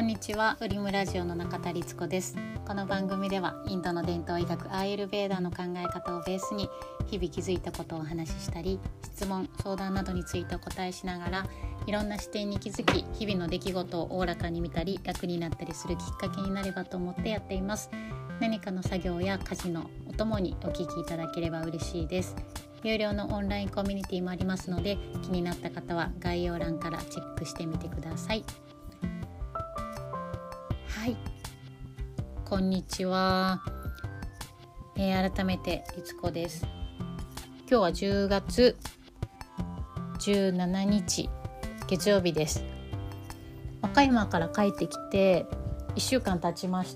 んにちは。ウリムラジオの中田律子です。この番組ではインドの伝統医学アーユルヴェーダの考え方をベースに日々気づいたことをお話ししたり、質問相談などについてお答えしながら、いろんな視点に気づき、日々の出来事をおおらかに見たり楽になったりするきっかけになればと思ってやっています。何かの作業や家事のお供にお聞きいただければ嬉しいです。有料のオンラインコミュニティもありますので、気になった方は概要欄からチェックしてみてください。はい、こんにちは。改めて律子です。今日は10月17日月曜日です。和歌山から帰ってきて1週間経ちました。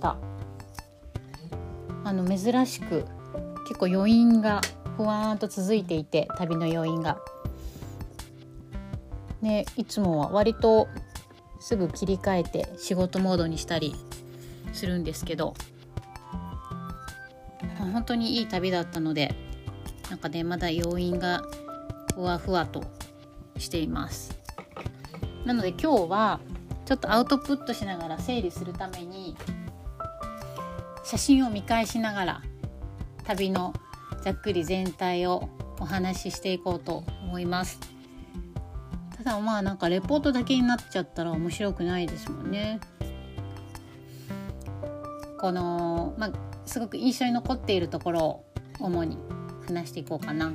珍しく結構余韻がふわーんと続いていて、旅の余韻がね、いつもは割とすぐ切り替えて仕事モードにしたりするんですけど、本当にいい旅だったので、なんかね、まだ余韻がふわふわとしています。なので今日はちょっとアウトプットしながら整理するために、写真を見返しながら旅のざっくり全体をお話ししていこうと思います。ただなんかレポートだけになっちゃったら面白くないですもんね。すごく印象に残っているところを主に話していこうかな。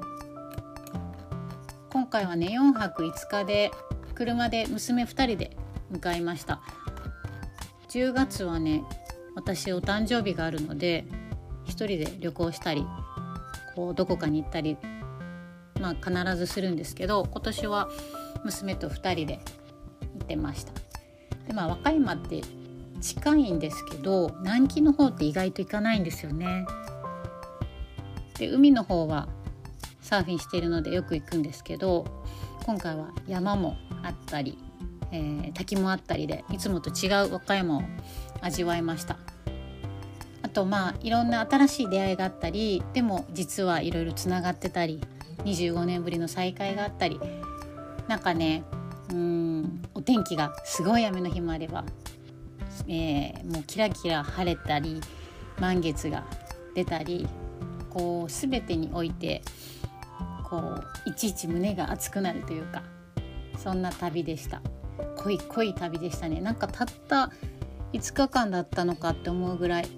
今回はね、4泊5日で車で娘2人で向かいました。10月はね、私お誕生日があるので一人で旅行したり、どこかに行ったり必ずするんですけど、今年は娘と2人で行ってました。で、和歌山って近いんですけど、南紀の方って意外と行かないんですよね。で、海の方はサーフィンしているのでよく行くんですけど、今回は山もあったり、滝もあったりで、いつもと違う和歌山を味わいました。あといろんな新しい出会いがあったり、でも実はいろいろつながってたり、25年ぶりの再会があったり、なんかね、お天気がすごい雨の日もあれば、もうキラキラ晴れたり、満月が出たり、全てにおいていちいち胸が熱くなるというか、そんな旅でした。濃い旅でしたね。なんかたった5日間だったのかって思うぐらい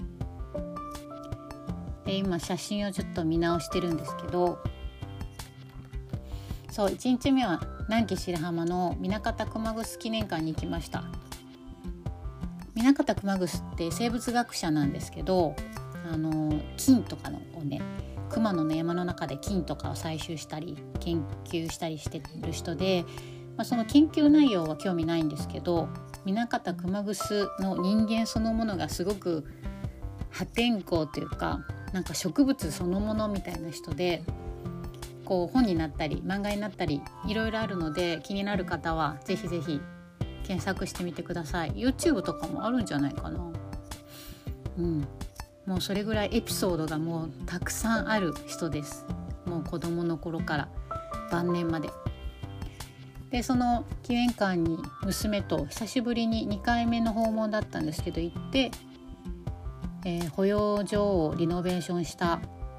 で、今写真をちょっと見直してるんですけど、1日目は南紀白浜の南方熊楠記念館に行きました。南方熊楠って生物学者なんですけど、金とかをね、熊野の山の中で金とかを採集したり研究したりしてる人で、その研究内容は興味ないんですけど、南方熊楠の人間そのものがすごく破天荒というか、なんか植物そのものみたいな人で、本になったり漫画になったりいろいろあるので、気になる方はぜひぜひ検索してみてください。 YouTube とかもあるんじゃないかな。もうそれぐらいエピソードがもうたくさんある人です。もう子供の頃から晩年まで。で、その記念館に娘と久しぶりに2回目の訪問だったんですけど行って、保養所をリノベーションした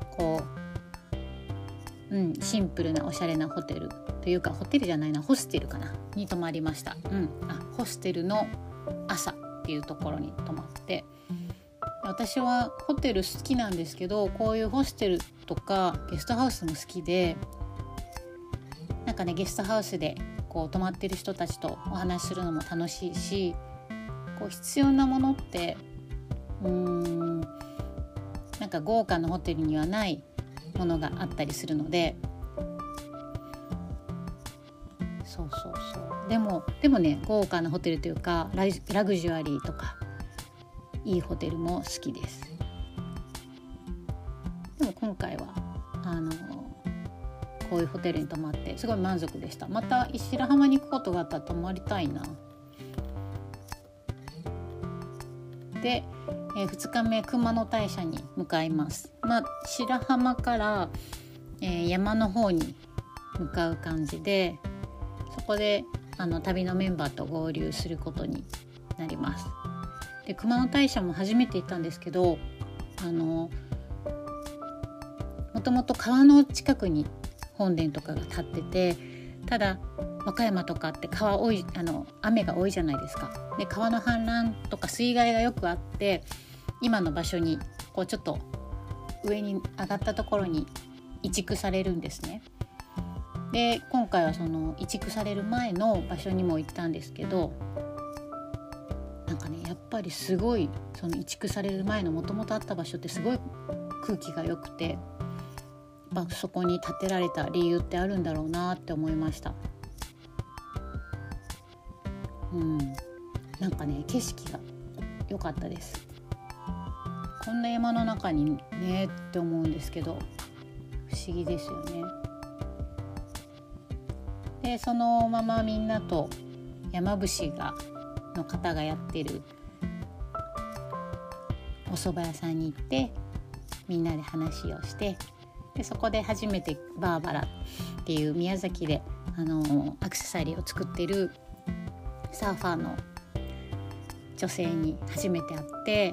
シンプルなおしゃれなホテルというか、ホテルじゃないな、ホステルかなに泊まりました。ホステルの朝っていうところに泊まって、私はホテル好きなんですけど、こういうホステルとかゲストハウスも好きで、なんかね、ゲストハウスで泊まってる人たちとお話しするのも楽しいし、必要なものってなんか豪華なホテルにはないものがあったりするので、でもね、豪華なホテルというかラグジュアリーとかいいホテルも好きです。でも今回はこういうホテルに泊まってすごい満足でした。また白浜に行くことがあったら泊まりたいな。で、2日目熊野大社に向かいます。白浜から、山の方に向かう感じで、そこで旅のメンバーと合流することになります。で熊野大社も初めて行ったんですけど、もともと川の近くに本殿とかが建ってて、ただ和歌山とかって川多い、雨が多いじゃないですか。で川の氾濫とか水害がよくあって、今の場所にこうちょっと上に上がったところに移築されるんですね。で今回はその移築される前の場所にも行ったんですけど、なんかねやっぱりすごい、その移築される前のもともとあった場所ってすごい空気が良くて、そこに建てられた理由ってあるんだろうなって思いました。なんかね景色が良かったです。こんな山の中にねって思うんですけど、不思議ですよね。でそのままみんなと山伏の方がやってるお蕎麦屋さんに行って、みんなで話をして、でそこで初めてバーバラっていう宮崎でアクセサリーを作ってるサーファーの女性に初めて会って、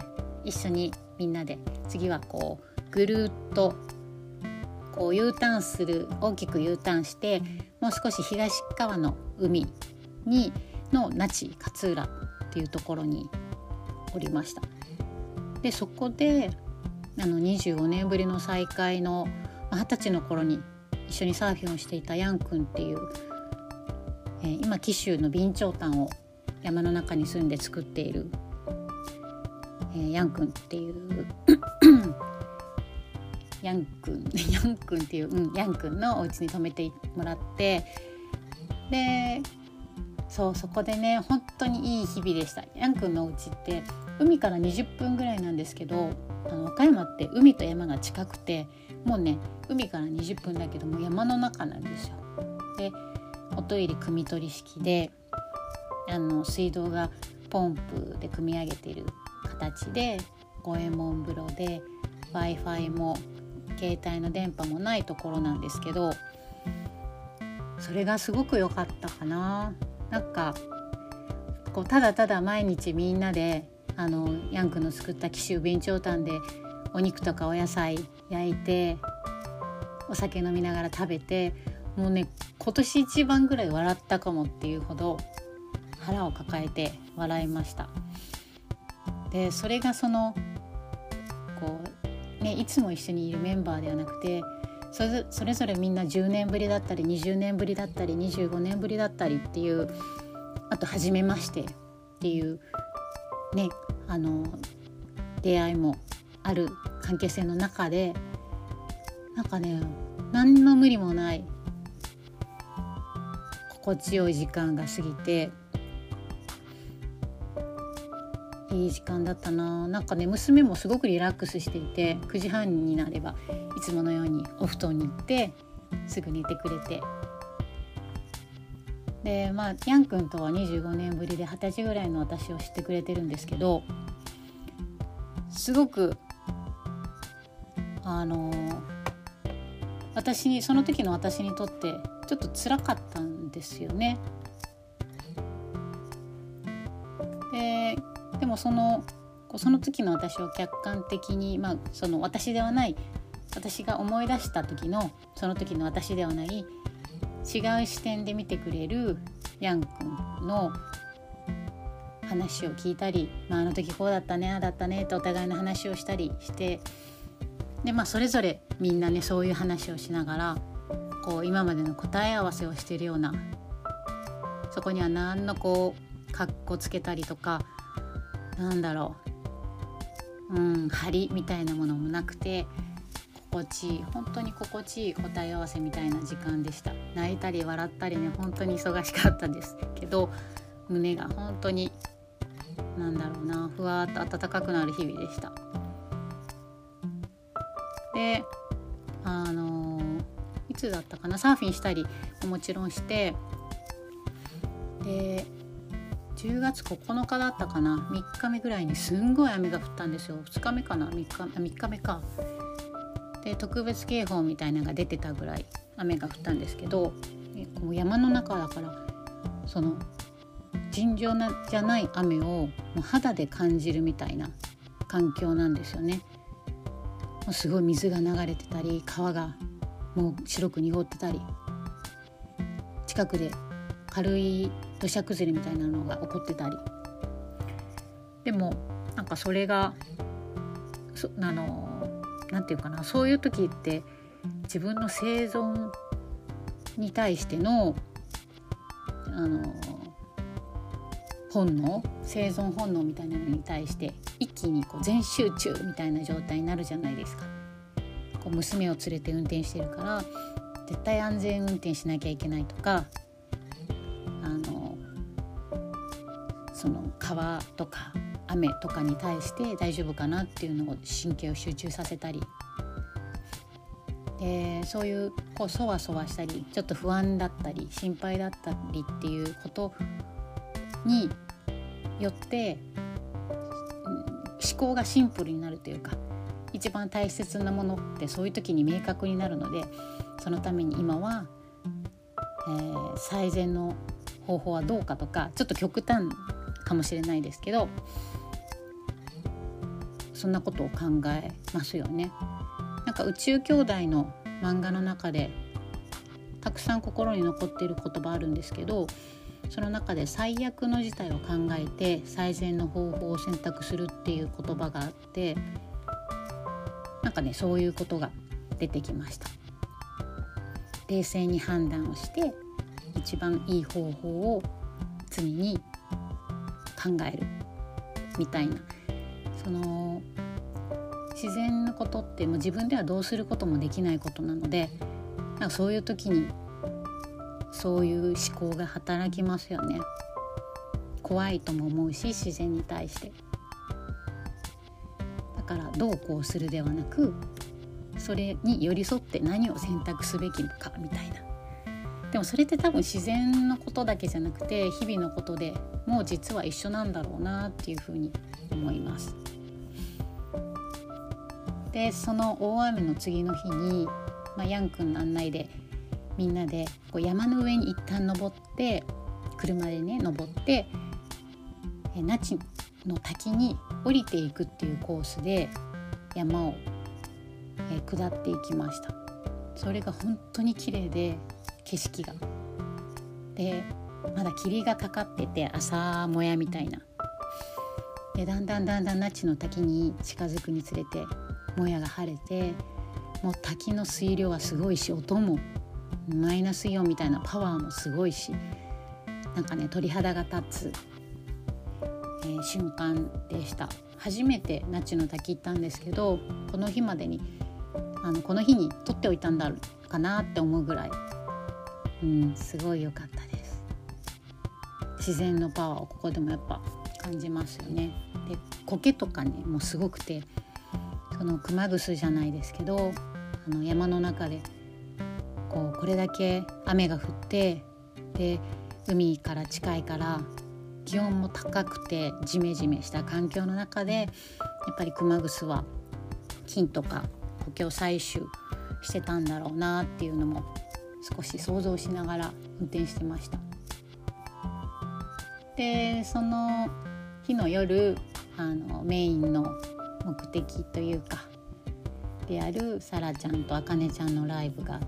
一緒にみんなで次はこうぐるっとこう U ターンする、大きく U ターンして、もう少し東側の海の那智勝浦っていうところにおりました。でそこで25年ぶりの再会の20歳の頃に一緒にサーフィンをしていたヤン君っていう、今紀州の備長炭を山の中に住んで作っている、ヤン君っていうヤン君っていう、ヤン君のお家に泊めてもらって、でそこでね本当にいい日々でした。ヤン君のお家って海から20分ぐらいなんですけど、和歌山って海と山が近くて、もうね海から20分だけども山の中なんですよ。でおトイレ汲み取り式で、水道がポンプで汲み上げている形で、五右衛門風呂で Wi-Fi も携帯の電波もないところなんですけど、それがすごく良かったかな。なんかこうただただ毎日みんなでヤン君の作った紀州備長炭でお肉とかお野菜焼いてお酒飲みながら食べて、もうね今年一番ぐらい笑ったかもっていうほど腹を抱えて笑いました。でそれがこうねいつも一緒にいるメンバーではなくて、それぞれみんな10年ぶりだったり20年ぶりだったり25年ぶりだったりっていう、あと初めましてっていうね出会いもある関係性の中で、なんかね何の無理もない心地よい時間が過ぎて、いい時間だったな。なんかね娘もすごくリラックスしていて、9時半になればいつものようにお布団に行ってすぐ寝てくれて、でヤン君とは25年ぶりで20歳ぐらいの私を知ってくれてるんですけど、すごくその時の私にとってちょっと辛かったんですよね。でもその時の私を客観的に、その私ではない、私が思い出した時のその時の私ではない違う視点で見てくれるヤン君の話を聞いたり、あの時こうだったねああだったねとお互いの話をしたりして、でそれぞれみんなねそういう話をしながらこう今までの答え合わせをしているような、そこには何のかっこつけたりとか張りみたいなものもなくて、本当に心地いい答え合わせみたいな時間でした。泣いたり笑ったりね本当に忙しかったですけど、胸が本当にふわっと温かくなる日々でした。でいつだったかな、サーフィンしたりもちろんして、で10月9日だったかな、3日目ぐらいにすんごい雨が降ったんですよ。2日目かな、3日目かで特別警報みたいなのが出てたぐらい雨が降ったんですけど、山の中だから尋常じゃない雨をもう肌で感じるみたいな環境なんですよね。もうすごい水が流れてたり、川がもう白く濁ってたり、近くで軽い土砂崩れみたいなのが起こってたり。でもなんかそれがなんていうかな、そういう時って自分の生存に対しての生存本能みたいなのに対して一気に全集中みたいな状態になるじゃないですか。娘を連れて運転してるから絶対安全運転しなきゃいけないとか、その川とか雨とかに対して大丈夫かなっていうのを神経を集中させたり、そういうそわそわしたりちょっと不安だったり心配だったりっていうことによって、思考がシンプルになるというか、一番大切なものってそういう時に明確になるので、そのために今は、最善の方法はどうかとか、ちょっと極端かもしれないですけど、そんなことを考えますよね。なんか宇宙兄弟の漫画の中でたくさん心に残っている言葉あるんですけど、その中で最悪の事態を考えて最善の方法を選択するっていう言葉があって、なんかね、そういうことが出てきました。冷静に判断をして一番いい方法を常に考えるみたいな、その自然のことってもう自分ではどうすることもできないことなので、なんかそういう時にそういう思考が働きますよね。怖いとも思うし、自然に対してだからどうこうするではなく、それに寄り添って何を選択すべきかみたいな。でもそれって多分自然のことだけじゃなくて日々のことでもう実は一緒なんだろうなっていうふうに思います。でその大雨の次の日に、ヤン君の案内でみんなで山の上に一旦登って、車でね登って那智の滝に降りていくっていうコースで山を下っていきました。それが本当に綺麗で、景色がでまだ霧がかかってて朝もやみたいなで、だんだん那智の滝に近づくにつれてもやが晴れて、もう滝の水量はすごいし、音もマイナスイオンみたいなパワーもすごいし、なんかね鳥肌が立つ、瞬間でした。初めて那智の滝行ったんですけど、この日までにこの日に撮っておいたんだろうかなって思うぐらい、すごい良かったです。自然のパワーをここでもやっぱ感じますよね。で苔とかねもうすごくて、その熊楠じゃないですけど、山の中でこれだけ雨が降って、で海から近いから気温も高くてジメジメした環境の中で、やっぱり熊楠は菌とか苔を採取してたんだろうなっていうのも少し想像しながら運転してました。でその日の夜、メインの目的というかであるサラちゃんとあかねちゃんのライブがあって、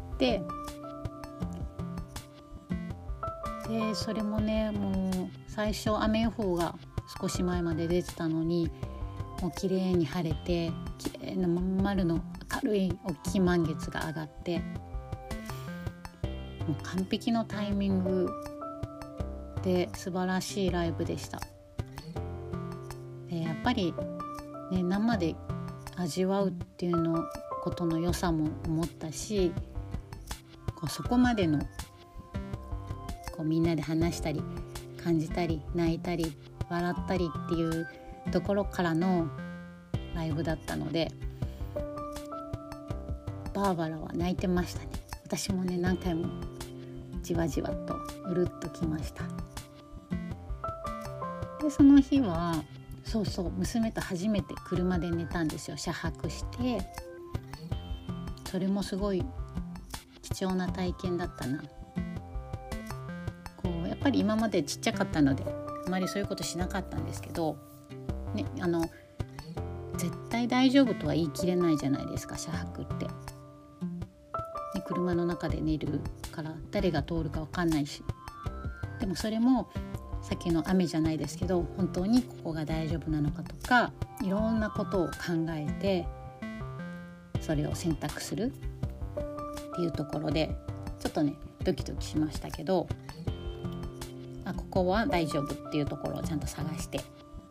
でそれもね、もう最初雨予報が少し前まで出てたのに、もう綺麗に晴れて、綺麗なまん丸の明るい大きい満月が上がって、もう完璧のタイミングで素晴らしいライブでした。でやっぱり、ね、生で味わうっていうのことの良さも思ったし、そこまでのみんなで話したり感じたり泣いたり笑ったりっていうところからのライブだったので、バーバラは泣いてましたね。私もね何回もじわじわとうるっときました。でその日は娘と初めて車で寝たんですよ。車泊して、それもすごい貴重な体験だったな。やっぱり今までちっちゃかったのであまりそういうことしなかったんですけど、ね、絶対大丈夫とは言い切れないじゃないですか、車泊って、ね、車の中で寝るから誰が通るか分かんないし、でもそれもさっきの雨じゃないですけど、本当にここが大丈夫なのかとか、いろんなことを考えてそれを選択するっていうところでちょっとねドキドキしましたけど、ここは大丈夫っていうところをちゃんと探して、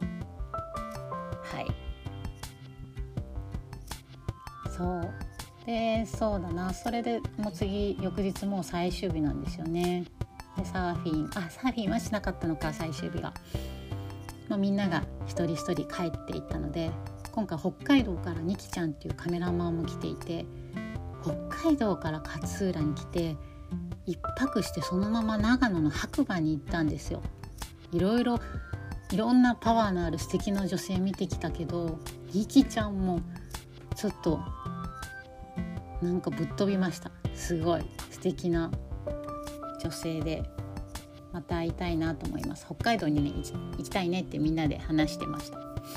そうだな、それでもう翌日もう最終日なんですよね。でサーフィンはしなかったのか、最終日が、みんなが一人一人帰っていったので、今回北海道からニキちゃんっていうカメラマンも来ていて、北海道から勝浦に来て一泊してそのまま長野の白馬に行ったんですよ。いろんなパワーのある素敵な女性見てきたけど、ニキちゃんもちょっとなんかぶっ飛びました。すごい素敵な女性で、また会いたいなと思います。北海道にね行きたいねってみんなで話してました。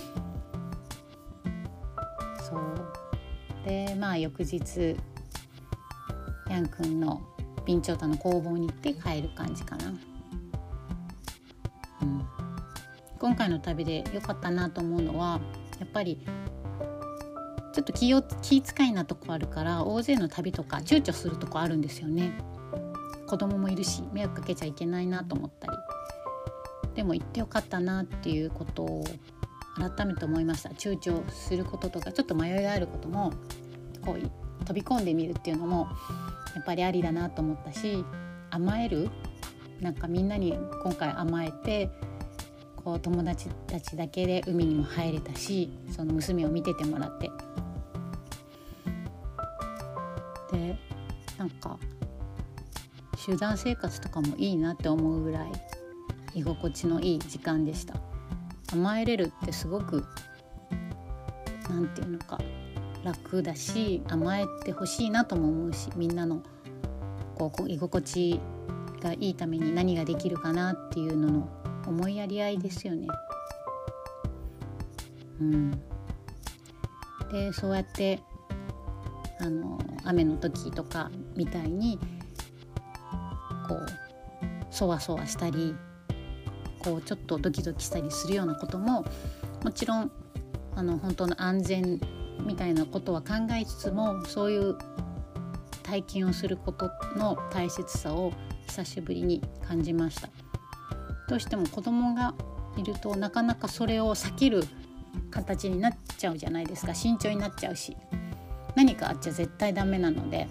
そうで、翌日ヤン君の備長炭の工房に行って帰る感じかな。今回の旅で良かったなと思うのは、やっぱりちょっと気遣いなとこあるから、大勢の旅とか躊躇するとこあるんですよね。子供もいるし迷惑かけちゃいけないなと思ったり、でも行ってよかったなっていうことを改めて思いました。躊躇することとかちょっと迷いがあることもこう飛び込んでみるっていうのもやっぱりありだなと思ったし、甘える、なんかみんなに今回甘えて、こう友達たちだけで海にも入れたし、その娘を見ててもらって、でなんか集団生活とかもいいなって思うぐらい居心地のいい時間でした。甘えれるってすごくなんていうのか楽だし、甘えてほしいなとも思うし、みんなのこう居心地がいいために何ができるかなっていうのの思いやり合いですよね。でそうやって雨の時とかみたいにこうそわそわしたり、こうちょっとドキドキしたりするようなことももちろん本当の安全みたいなことは考えつつも、そういう体験をすることの大切さを久しぶりに感じました。どうしても子供がいるとなかなかそれを避ける形になっちゃうじゃないですか。慎重になっちゃうし、何かあっちゃ絶対ダメなので、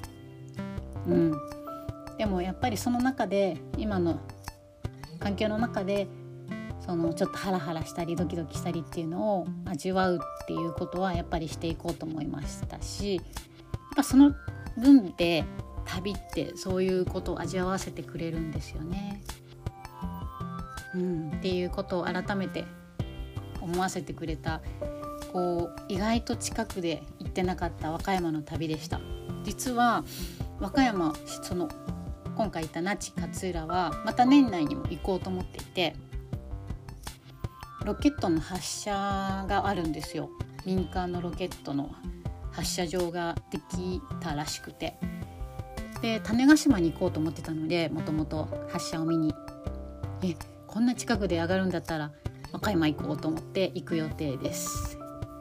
でもやっぱりその中で今の環境の中でちょっとハラハラしたりドキドキしたりっていうのを味わうっていうことはやっぱりしていこうと思いましたし、やっぱその分で旅ってそういうことを味わわせてくれるんですよね。っていうことを改めて思わせてくれた、意外と近くで行ってなかった和歌山の旅でした。実は和歌山、今回行った那智勝浦はまた年内にも行こうと思っていて、ロケットの発射があるんですよ。民間のロケットの発射場ができたらしくて、で種子島に行こうと思ってたので、もともと発射を見にこんな近くで上がるんだったら和歌山行こうと思って行く予定です。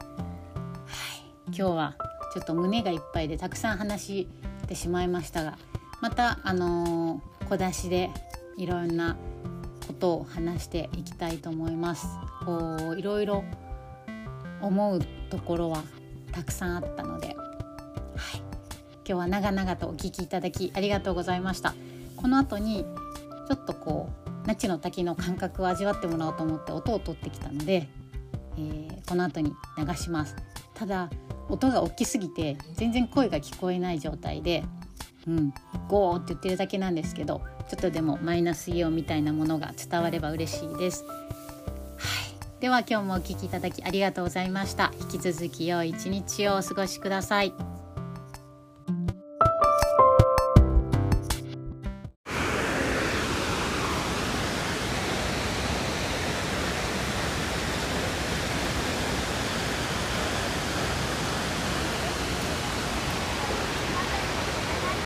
今日はちょっと胸がいっぱいでたくさん話してしまいましたが、また小出しでいろんなことを話していきたいと思います。いろいろ思うところはたくさんあったので、今日は長々とお聞きいただきありがとうございました。この後にちょっと那智の滝の感覚を味わってもらおうと思って音を取ってきたので、この後に流します。ただ音が大きすぎて全然声が聞こえない状態で、ゴーって言ってるだけなんですけど、ちょっとでもマイナスイオンみたいなものが伝われば嬉しいです。では今日もお聞きいただきありがとうございました。引き続き良い一日をお過ごしください。